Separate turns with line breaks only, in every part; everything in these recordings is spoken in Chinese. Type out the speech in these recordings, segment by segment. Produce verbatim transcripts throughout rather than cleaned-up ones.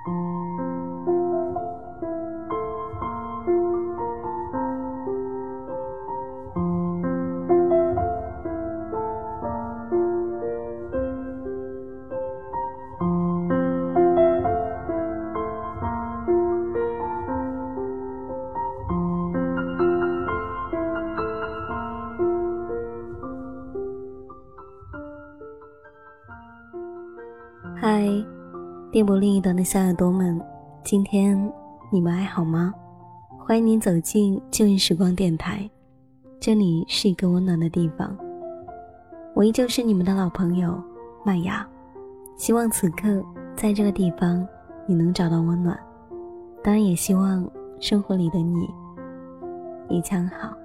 嗨，电波另一端的小耳朵们，今天你们还好吗？欢迎您走进旧日时光电台，这里是一个温暖的地方。我依旧是你们的老朋友麦雅，希望此刻在这个地方你能找到温暖，当然也希望生活里的你一切好。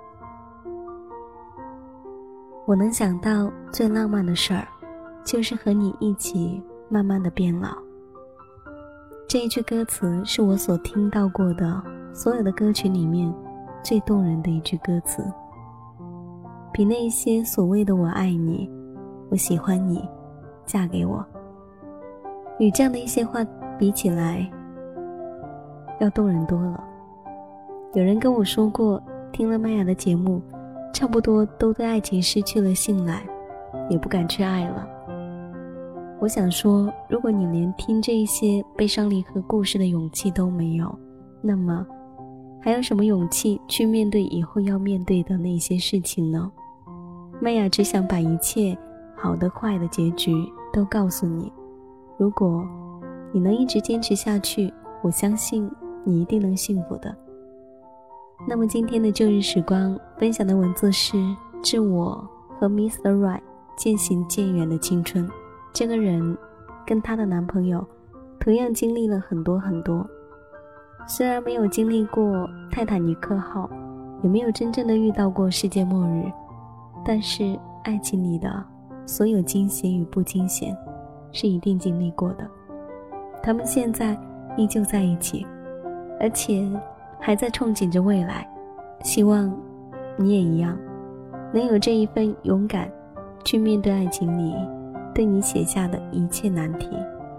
我能想到最浪漫的事儿，就是和你一起慢慢的变老。这一句歌词是我所听到过的所有的歌曲里面最动人的一句歌词，比那些所谓的我爱你，我喜欢你，嫁给我，与这样的一些话比起来要动人多了。有人跟我说过，听了麦雅的节目，差不多都对爱情失去了信赖，也不敢去爱了。我想说，如果你连听这一些悲伤离合故事的勇气都没有，那么还有什么勇气去面对以后要面对的那些事情呢？麦雅只想把一切好的坏的结局都告诉你，如果你能一直坚持下去，我相信你一定能幸福的。那么今天的旧日时光分享的文字是致我和 Mister Right 渐行渐远的青春。这个人跟她的男朋友同样经历了很多很多，虽然没有经历过泰坦尼克号，也没有真正的遇到过世界末日，但是爱情里的所有惊险与不惊险是一定经历过的。他们现在依旧在一起，而且还在憧憬着未来。希望你也一样，能有这一份勇敢去面对爱情里对你写下的一切难题。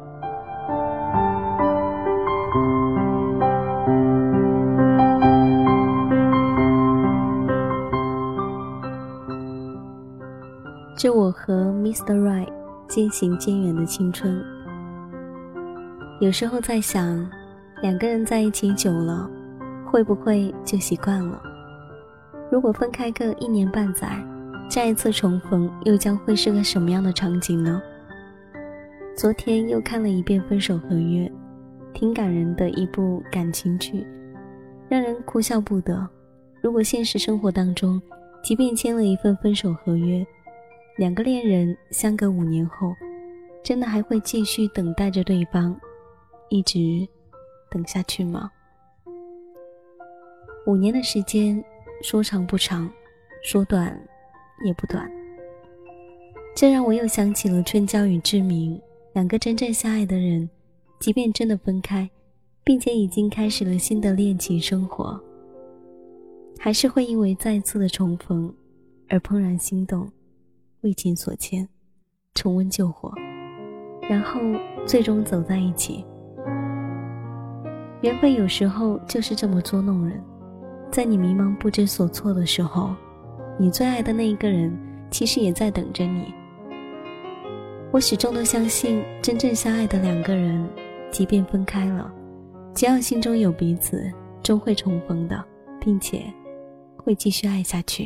致我和 Mister Right 渐行渐远的青春。有时候在想，两个人在一起久了，会不会就习惯了？如果分开个一年半载，再一次重逢又将会是个什么样的场景呢？昨天又看了一遍《分手合约》，挺感人的一部感情剧，让人哭笑不得。如果现实生活当中，即便签了一份分手合约，两个恋人相隔五年后，真的还会继续等待着对方，一直等下去吗？五年的时间，说长不长，说短也不短。这让我又想起了春娇与志明，两个真正相爱的人，即便真的分开，并且已经开始了新的恋情生活，还是会因为再次的重逢而怦然心动，为情所牵，重温旧火，然后最终走在一起。缘分有时候就是这么捉弄人，在你迷茫不知所措的时候，你最爱的那一个人其实也在等着你。我始终都相信，真正相爱的两个人，即便分开了，只要心中有彼此，终会重逢的，并且会继续爱下去。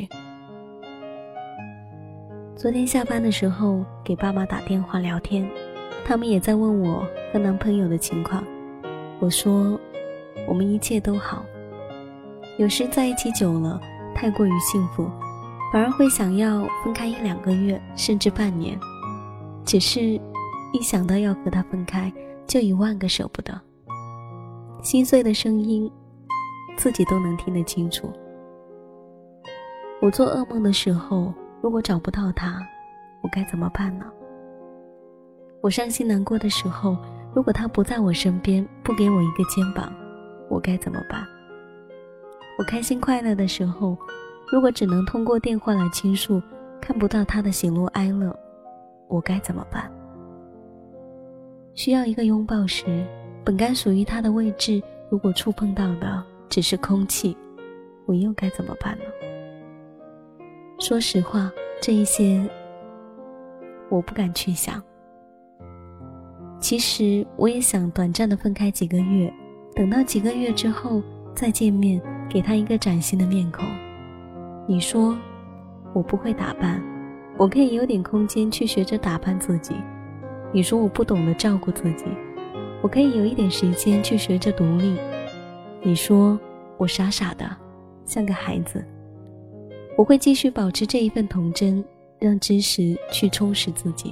昨天下班的时候给爸妈打电话聊天，他们也在问我和男朋友的情况。我说我们一切都好，有时在一起久了太过于幸福，反而会想要分开一两个月甚至半年，只是一想到要和他分开，就一万个舍不得。心碎的声音自己都能听得清楚。我做噩梦的时候，如果找不到他，我该怎么办呢？我伤心难过的时候，如果他不在我身边，不给我一个肩膀，我该怎么办？我开心快乐的时候，如果只能通过电话来倾诉，看不到他的喜怒哀乐，我该怎么办？需要一个拥抱时， 本该属于他的位置，如果触碰到的只是空气，我又该怎么办呢？说实话，这一些我不敢去想。其实我也想短暂的分开几个月，等到几个月之后再见面，给他一个崭新的面孔。你说我不会打扮，我可以有点空间去学着打扮自己。你说我不懂得照顾自己，我可以有一点时间去学着独立。你说我傻傻的像个孩子，我会继续保持这一份童真，让知识去充实自己。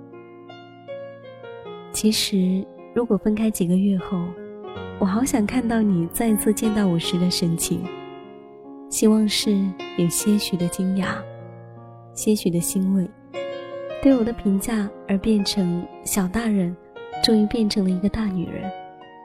其实如果分开几个月后，我好想看到你再一次见到我时的神情，希望是有些许的惊讶，些许的欣慰，对我的评价而变成小大人终于变成了一个大女人。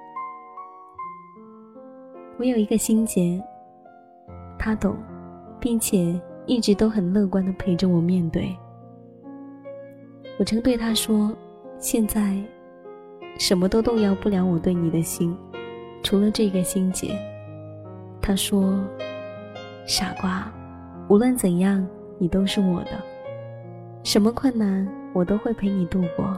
我有一个心结，他懂，并且一直都很乐观地陪着我面对。我曾对他说，现在什么都动摇不了我对你的心，除了这个心结。他说，傻瓜，无论怎样你都是我的，什么困难我都会陪你度过。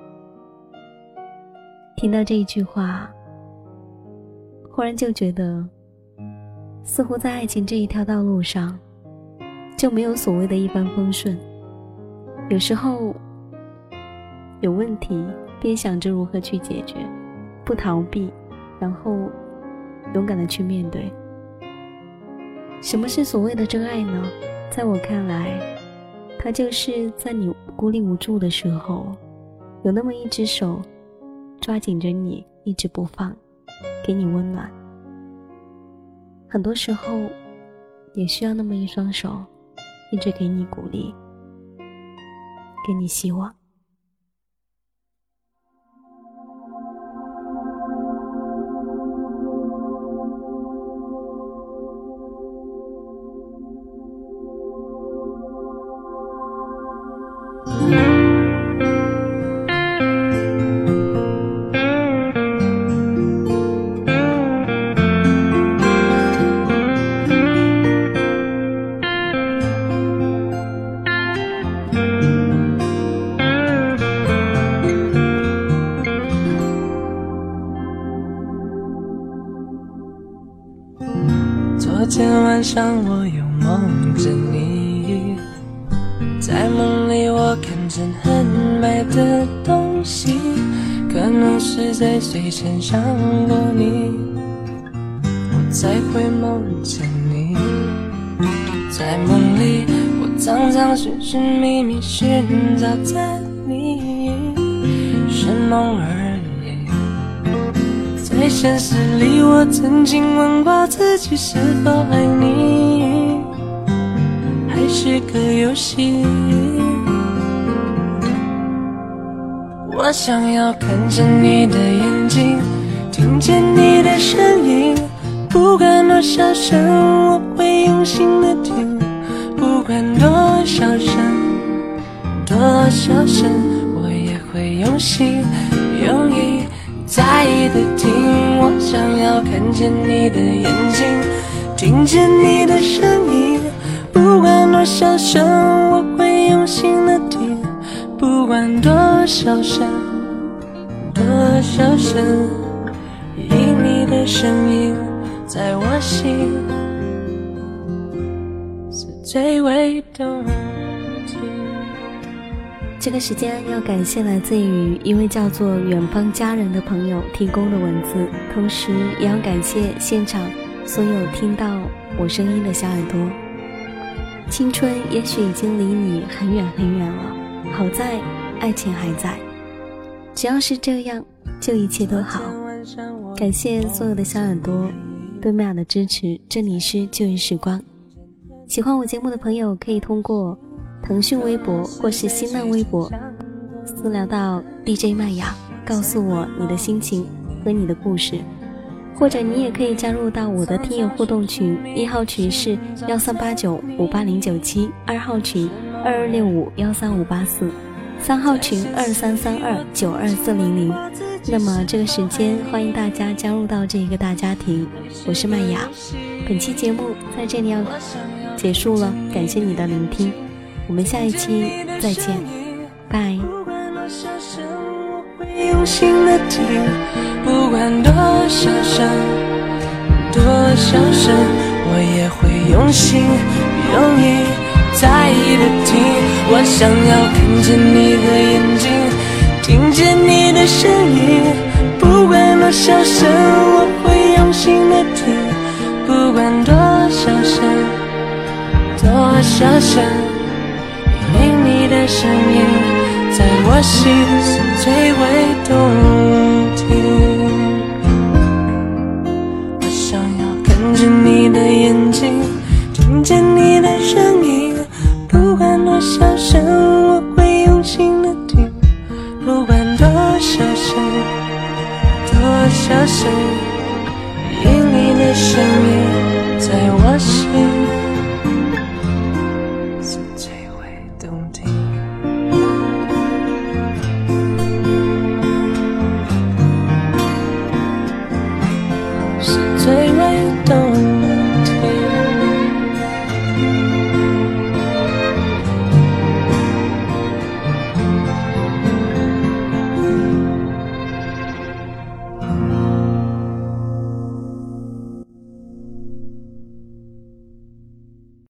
听到这一句话，忽然就觉得似乎在爱情这一条道路上就没有所谓的一帆风顺，有时候有问题便想着如何去解决，不逃避，然后勇敢地去面对。什么是所谓的真爱呢？在我看来，它就是在你孤立无助的时候，有那么一只手抓紧着你一直不放，给你温暖。很多时候也需要那么一双手一直给你鼓励，给你希望。
昨天晚上我又梦着你，在梦里我看见很白的东西，可能是在睡前想过你，我才会梦见你。在梦里我常常寻寻觅觅，寻找着你，是梦而已。在现实里我曾经问过自己，是否爱你还是个游戏。我想要看见你的眼睛，听见你的声音，不管多小声我会用心的听，不管多小声多小声我也会用心用意在意的听。我想要看见你的眼睛，听见你的声音，不管多小声我会用心的听，不管多小声多小声，因你的声音在我心是最为动听。
这个时间要感谢来自于一位叫做远方家人的朋友提供的文字，同时也要感谢现场所有听到我声音的小耳朵。青春也许已经离你很远很远了，好在爱情还在，只要是这样就一切都好。感谢所有的小耳朵对麦雅的支持，这里是旧日时光。喜欢我节目的朋友可以通过腾讯微博或是新浪微博私聊到 D J 麦雅，告诉我你的心情和你的故事，或者你也可以加入到我的听友互动群，一号群是幺三八九五八零九七，二号群二二六五幺三五八四，三号群二三三二九二四零零。 那么这个时间欢迎大家加入到这个大家庭，我是麦雅。本期节目在这里要结束了，感谢你的聆听，我们下一期再见，拜。
用心的听，不管多少声多少声，我也会用心用意在意的听。我想要看见你的眼睛，听见你的声音，不管多少声我会用心的听，不管多少声多少声，因你的声音在我心最为动听。我想要看着你的眼睛，听见你的声音，不管多少声我会用心的听，不管多少声多少声，因你的声音在我心